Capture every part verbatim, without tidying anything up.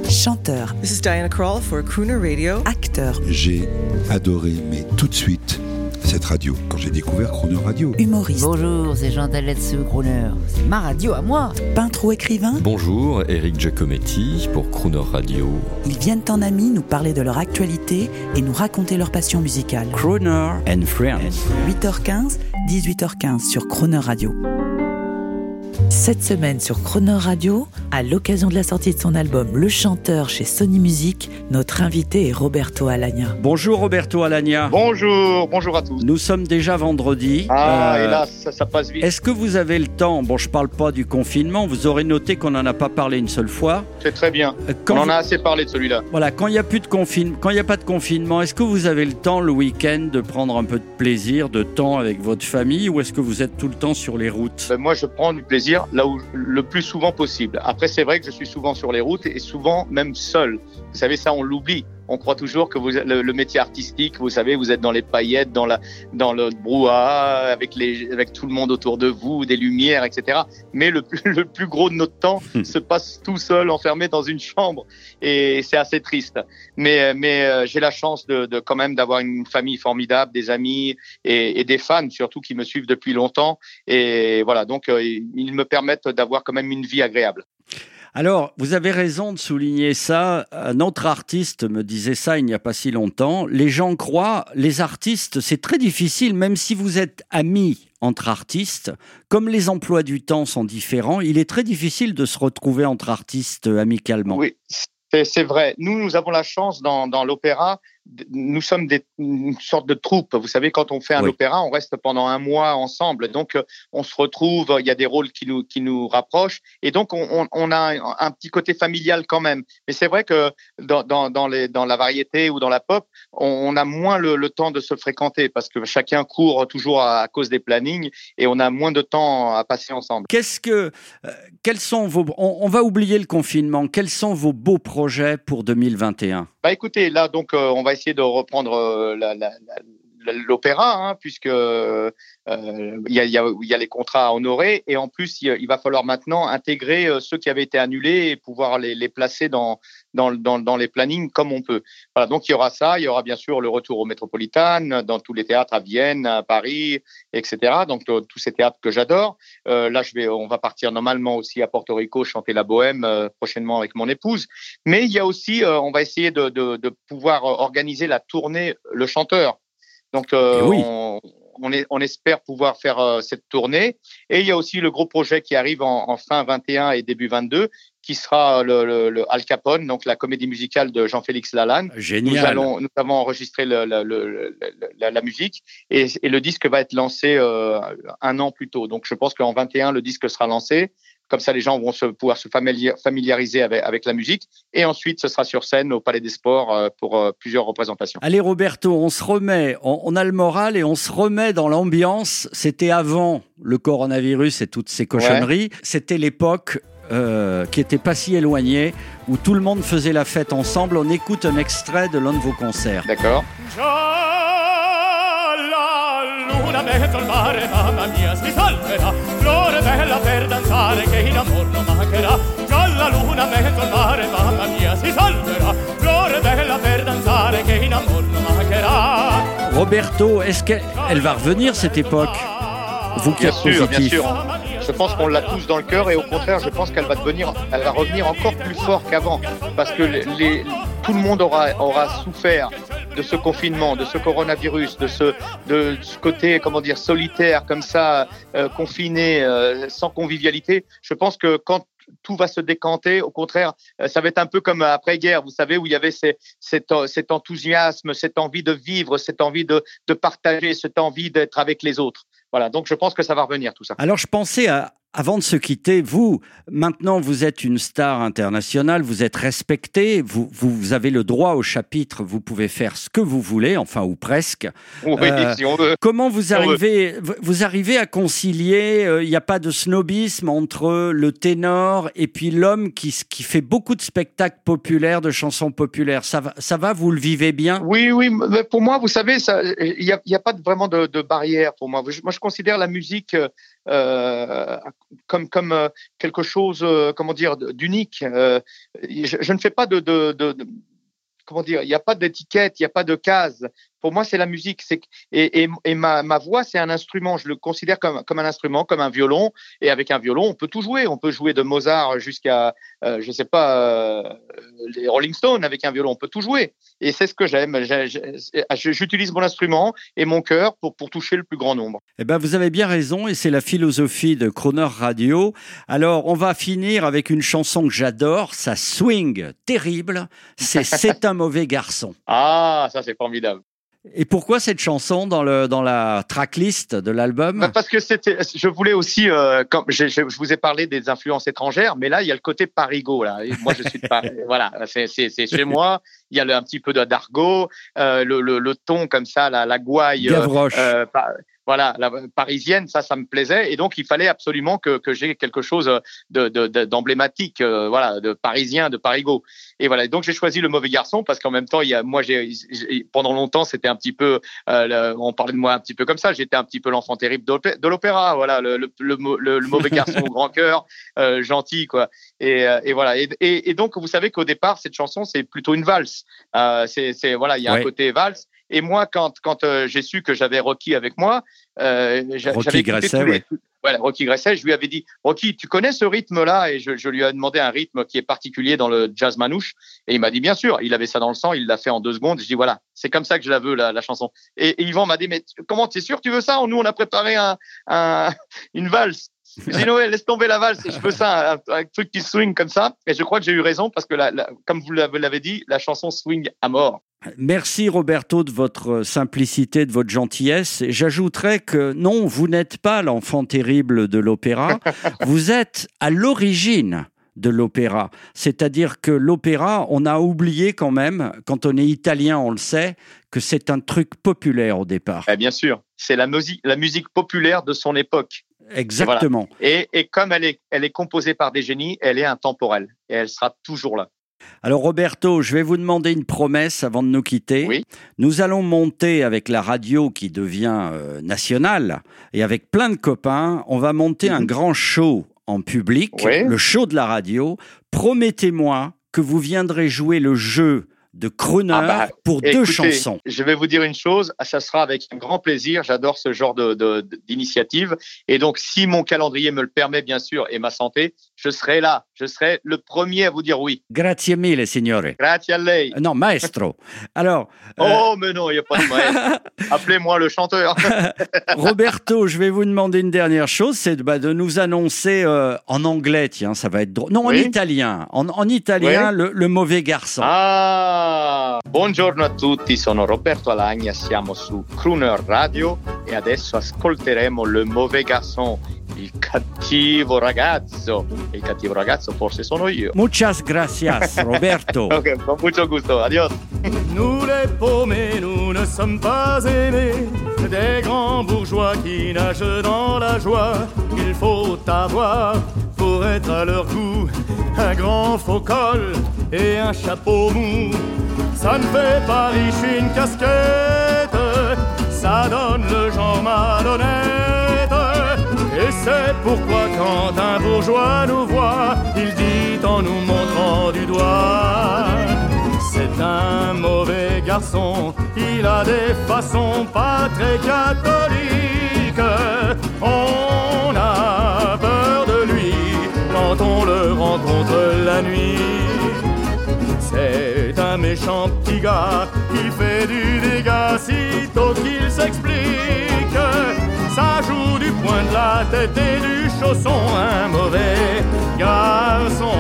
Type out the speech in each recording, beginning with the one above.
Chanteur. This is Diana Krall for Crooner Radio. Acteur. J'ai adoré, mais tout de suite, cette radio, quand j'ai découvert Crooner Radio. Humoriste. Bonjour, c'est Jean Daletsu, Crooner. C'est ma radio à moi. Peintre ou écrivain. Bonjour, Eric Giacometti pour Crooner Radio. Ils viennent en amis nous parler de leur actualité et nous raconter leur passion musicale. Crooner and Friends. huit heures quinze, dix-huit heures quinze sur Crooner Radio. Cette semaine sur Crooner Radio, à l'occasion de la sortie de son album Le Chanteur chez Sony Music, notre invité est Roberto Alagna. Bonjour Roberto Alagna. Bonjour, bonjour à tous. Nous sommes déjà vendredi. Ah, Euh, hélas, ça, ça passe vite. Est-ce que vous avez le temps? Bon, je parle pas du confinement, vous aurez noté qu'on n'en a pas parlé une seule fois. C'est très bien. Euh, Quand On en vous- a assez parlé de celui-là. Voilà, quand il n'y a plus de confinement, quand il n'y a pas de confinement, est-ce que vous avez le temps le week-end de prendre un peu de plaisir, de temps avec votre famille, ou est-ce que vous êtes tout le temps sur les routes? Ben, moi, je prends du plaisir là où le plus souvent possible. Après, c'est vrai que je suis souvent sur les routes et souvent même seul. Vous savez, ça, on l'oublie. On croit toujours que vous, le, le métier artistique, vous savez, vous êtes dans les paillettes, dans la, dans le brouhaha, avec les, avec tout le monde autour de vous, des lumières, et cetera. Mais le plus, le plus gros de notre temps se passe tout seul, enfermé dans une chambre, et c'est assez triste. Mais, mais euh, j'ai la chance de, de quand même d'avoir une famille formidable, des amis et, et des fans surtout qui me suivent depuis longtemps. Et voilà, donc euh, ils me permettent d'avoir quand même une vie agréable. Alors, vous avez raison de souligner ça. Un autre artiste me disait ça il n'y a pas si longtemps. Les gens croient, les artistes, c'est très difficile, même si vous êtes amis entre artistes, comme les emplois du temps sont différents, il est très difficile de se retrouver entre artistes amicalement. Oui, c'est, c'est vrai. Nous, nous avons la chance dans, dans l'opéra. Nous sommes des, une sorte de troupe. Vous savez, quand on fait un Oui. opéra, on reste pendant un mois ensemble. Donc, euh, on se retrouve. Il y a des rôles qui nous qui nous rapprochent, et donc on, on, on a un, un petit côté familial quand même. Mais c'est vrai que dans dans dans les dans la variété ou dans la pop, on, on a moins le, le temps de se fréquenter parce que chacun court toujours à, à cause des plannings et on a moins de temps à passer ensemble. Qu'est-ce que, euh, quels sont vos, on, on va oublier le confinement. Quels sont vos beaux projets pour deux mille vingt et un? Bah écoutez, là donc euh, on va essayer de reprendre euh, la, la, la, l'opéra, hein, puisque euh, il y a, il y a, il y a les contrats à honorer, et en plus il, il va falloir maintenant intégrer euh, ceux qui avaient été annulés et pouvoir les, les placer dans, dans, dans, dans les plannings comme on peut. Voilà, donc il y aura ça, il y aura bien sûr le retour au Métropolitane, dans tous les théâtres à Vienne, à Paris, et cetera. Donc euh, tous ces théâtres que j'adore. Euh, là je vais, on va partir normalement aussi à Porto Rico chanter la Bohème euh, prochainement avec mon épouse. Mais il y a aussi, euh, on va essayer de, de, de pouvoir organiser la tournée Le Chanteur. Donc, euh, oui. on, on, est, on espère pouvoir faire euh, cette tournée. Et il y a aussi le gros projet qui arrive en, en fin vingt et un et début vingt-deux, qui sera le, le, le Al Capone, donc la comédie musicale de Jean-Félix Lalanne. Génial. Nous allons, nous avons enregistré le, le, le, le, la, la musique, et, et le disque va être lancé euh, un an plus tôt. Donc, je pense qu'en vingt et un, le disque sera lancé. Comme ça, les gens vont se, pouvoir se familiariser avec, avec la musique. Et ensuite, ce sera sur scène au Palais des Sports euh, pour euh, plusieurs représentations. Allez Roberto, on se remet, on, on a le moral et on se remet dans l'ambiance. C'était avant le coronavirus et toutes ces cochonneries. Ouais. C'était l'époque euh, qui était pas si éloignée, où tout le monde faisait la fête ensemble. On écoute un extrait de l'un de vos concerts. D'accord. Mezzo al mare, mamma mia, si salverà, flore bella per danzare che in amor non mancherà. Già la luna mezzo al mare, mamma mia, si salverà, flore bella per danzare che in amor non mancherà. Roberto, est-ce qu'elle va revenir cette époque? Vous qui bien êtes sûr, positif. Bien sûr. Je pense qu'on l'a tous dans le cœur, et au contraire, je pense qu'elle va devenir, elle va revenir encore plus fort qu'avant, parce que les, les, tout le monde aura, aura souffert de ce confinement, de ce coronavirus, de ce, de ce côté, comment dire, solitaire, comme ça, euh, confiné, euh, sans convivialité. Je pense que quand tout va se décanter, au contraire, ça va être un peu comme après-guerre, vous savez, où il y avait ces, cet, cet enthousiasme, cette envie de vivre, cette envie de, de partager, cette envie d'être avec les autres. Voilà, donc je pense que ça va revenir tout ça. Alors je pensais à, avant de se quitter, vous, maintenant vous êtes une star internationale, vous êtes respecté, vous, vous avez le droit au chapitre, vous pouvez faire ce que vous voulez, enfin ou presque. Oui, euh, si on veut. Comment vous arrivez, vous arrivez à concilier, il euh, n'y a pas de snobisme entre le ténor et puis l'homme qui, qui fait beaucoup de spectacles populaires, de chansons populaires. Ça va, ça va, vous le vivez bien? Oui, oui, mais pour moi, vous savez, il n'y a, y a pas vraiment de, de barrière pour moi. Moi, je considère la musique euh, comme comme euh, quelque chose, euh, comment dire, d'unique. Euh, je, je ne fais pas de, de, de, de comment dire, il n'y a pas d'étiquette, il n'y a pas de case. Pour moi, c'est la musique. C'est, et et, et ma, ma voix, c'est un instrument. Je le considère comme, comme un instrument, comme un violon. Et avec un violon, on peut tout jouer. On peut jouer de Mozart jusqu'à, euh, je ne sais pas, euh, les Rolling Stones avec un violon. On peut tout jouer. Et c'est ce que j'aime. J'ai, j'ai, j'utilise mon instrument et mon cœur pour, pour toucher le plus grand nombre. Eh ben, vous avez bien raison. Et c'est la philosophie de Croner Radio. Alors, on va finir avec une chanson que j'adore. Ça swing terrible. C'est C'est un mauvais garçon. Ah, ça, c'est formidable. Et pourquoi cette chanson dans le dans la tracklist de l'album ? Bah parce que c'était, je voulais aussi, euh, comme je, je, je vous ai parlé des influences étrangères, mais là il y a le côté parigo là. Et moi je suis de Paris, voilà, c'est c'est c'est chez moi. Il y a le, un petit peu d'argot, euh, le, le le ton comme ça, la la gouaille. Gavroche. Euh, par, Voilà, la parisienne, ça, ça me plaisait, et donc il fallait absolument que que j'ai quelque chose de, de, de d'emblématique, euh, voilà, de parisien, de parigo. Et voilà, donc j'ai choisi Le Mauvais Garçon parce qu'en même temps, il y a, moi, j'ai, j'ai pendant longtemps, c'était un petit peu, euh, le, on parlait de moi un petit peu comme ça. J'étais un petit peu l'enfant terrible de l'opéra, voilà, le le le, le, le mauvais garçon au grand cœur, euh, gentil, quoi. Et, et voilà. Et, et, et donc, vous savez qu'au départ, cette chanson, c'est plutôt une valse. Euh, c'est c'est voilà, il y a ouais. un côté valse. Et moi, quand quand euh, j'ai su que j'avais Rocky avec moi, euh, j'avais Rocky Gresset, les, ouais. Voilà, Rocky Gresset, je lui avais dit, Rocky, tu connais ce rythme-là? Et je, je lui ai demandé un rythme qui est particulier dans le jazz manouche. Et il m'a dit, bien sûr, il avait ça dans le sang, il l'a fait en deux secondes. Je dis, voilà, c'est comme ça que je la veux, la, la chanson. Et, et Yvan m'a dit, mais comment, t'es sûr que tu veux ça? Nous, on a préparé un, un, une valse. J'ai dit, Noël, laisse tomber la valse, je veux ça, un, un truc qui swing comme ça. Et je crois que j'ai eu raison parce que, la, la, comme vous l'avez dit, la chanson swing à mort. Merci Roberto de votre simplicité, de votre gentillesse. J'ajouterais que non, vous n'êtes pas l'enfant terrible de l'opéra, vous êtes à l'origine de l'opéra. C'est-à-dire que l'opéra, on a oublié quand même, quand on est italien, on le sait, que c'est un truc populaire au départ. Eh bien sûr, c'est la musique, la musique populaire de son époque. Exactement. Et, voilà. et, et comme elle est, elle est composée par des génies, elle est intemporelle et elle sera toujours là. Alors Roberto, je vais vous demander une promesse avant de nous quitter. Oui. Nous allons monter avec la radio qui devient euh, nationale et avec plein de copains, on va monter mm-hmm. un grand show en public, oui. le show de la radio. Promettez-moi que vous viendrez jouer le jeu de Croner ah bah, pour écoutez, deux chansons. Je vais vous dire une chose, ça sera avec un grand plaisir. J'adore ce genre de, de, d'initiative. Et donc, si mon calendrier me le permet, bien sûr, et ma santé, je serai là. Je serai le premier à vous dire oui. Grazie mille, signore. Grazie a lei. Non, maestro. Alors. Oh, euh... mais non, il n'y a pas de maestro. Appelez-moi le chanteur. Roberto, je vais vous demander une dernière chose, c'est de, bah, de nous annoncer euh, en anglais, tiens, ça va être drôle. Non, oui. en italien. En, en italien, oui. le, le mauvais garçon. Ah. Buongiorno a tutti, sono Roberto Alagna, siamo su Croner Radio e adesso ascolteremo Le Mauvais Garçon, il cattivo ragazzo. Il cattivo ragazzo forse sono io. Muchas gracias, Roberto. Ok, con mucho gusto, adios. Nous les paumés, nous ne sommes pas aimés des grands bourgeois qui nagent dans la joie. Il faut avoir pour être à leur goût un grand faux col et un chapeau mou. Ça ne fait pas riche une casquette, ça donne le genre malhonnête. Et c'est pourquoi quand un bourgeois nous voit, il dit en nous montrant du doigt: c'est un mauvais garçon, il a des façons pas très catholiques. On a peur de lui quand on le rencontre la nuit. C'est un méchant petit gars qui fait du dégât sitôt qu'il s'explique. Ça joue du poing de la tête et du chausson, un mauvais garçon.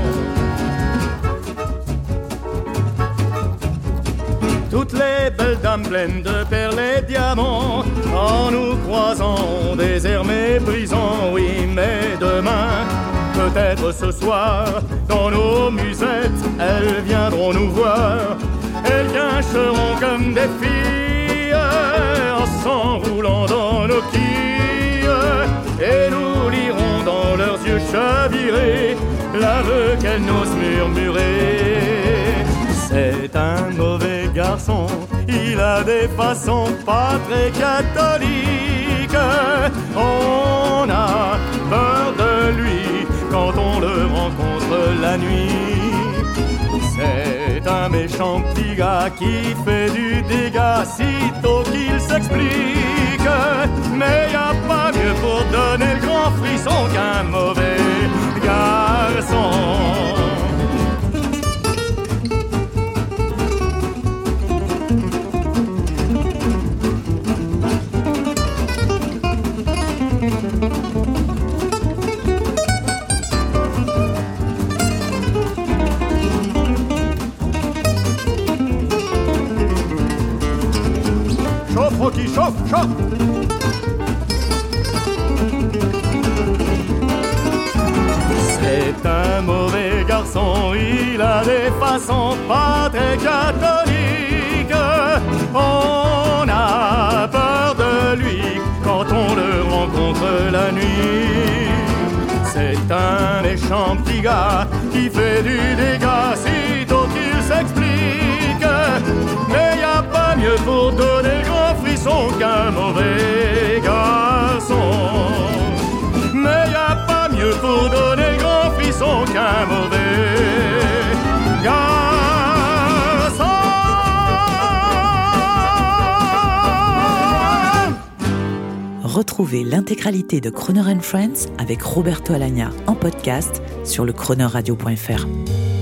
Toutes les belles dames pleines de perles et diamants, en nous croisant, ont des airs méprisants. Oui, mais demain, peut-être ce soir, dans nos musettes, elles viendront nous voir. Elles gâcheront comme des filles, en s'enroulant dans nos quilles, et nous lirons dans leurs yeux chavirés l'aveu qu'elles n'osent murmurer. C'est un mauvais garçon, il a des façons pas très catholiques. On a peur de lui quand on le rencontre la nuit. C'est un méchant petit gars qui fait du dégât sitôt qu'il s'explique. Mais y a pas mieux pour donner le grand frisson qu'un mauvais garçon. Chauffe, Rocky, chauffe, chauffe. C'est un mauvais garçon, il a des façons pas très catholiques. On a peur de lui quand on le rencontre la nuit. C'est un méchant petit gars qui fait du dégât sitôt qu'il s'explique. Mais y a pas mieux pour donner le grand frisson qu'un mauvais garçon. Mais y a pas mieux pour donner le grand frisson qu'un mauvais garçon. Retrouvez l'intégralité de Croner and Friends avec Roberto Alagna en podcast sur le croner radio point f r.